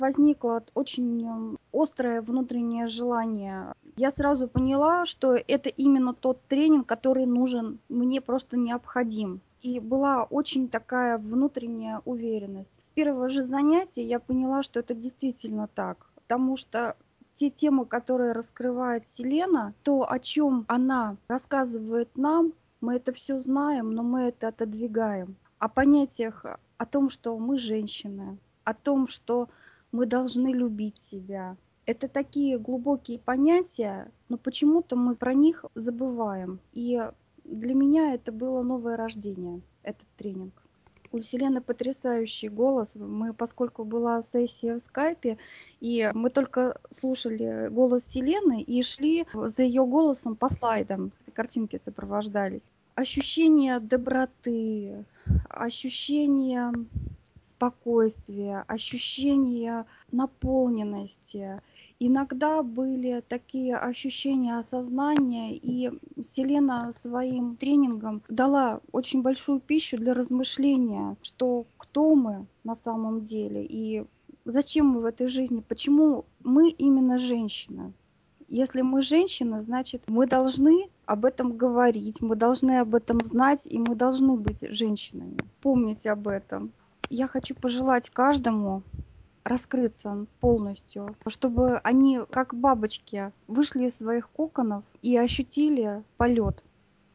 Возникло очень острое внутреннее желание. Я сразу поняла, что это именно тот тренинг, который нужен, мне просто необходим. И была очень такая внутренняя уверенность. С первого же занятия я поняла, что это действительно так. Потому что те темы, которые раскрывает Селена, то, о чем она рассказывает нам, мы это все знаем, но мы это отодвигаем. О понятиях, о том, что мы женщины, о том, что мы должны любить себя. Это такие глубокие понятия, но почему-то мы про них забываем. И для меня это было новое рождение, этот тренинг. У Селены потрясающий голос. Поскольку была сессия в скайпе, и мы только слушали голос Селены и шли за ее голосом по слайдам. Картинки сопровождались. Ощущение доброты, ощущение спокойствия, ощущение наполненности. Иногда были такие ощущения осознания, и Селена своим тренингом дала очень большую пищу для размышления, что кто мы на самом деле и зачем мы в этой жизни, почему мы именно женщины. Если мы женщины, значит, мы должны об этом говорить, мы должны об этом знать, и мы должны быть женщинами. Помнить об этом. Я хочу пожелать каждому раскрыться полностью, чтобы они, как бабочки, вышли из своих коконов и ощутили полет.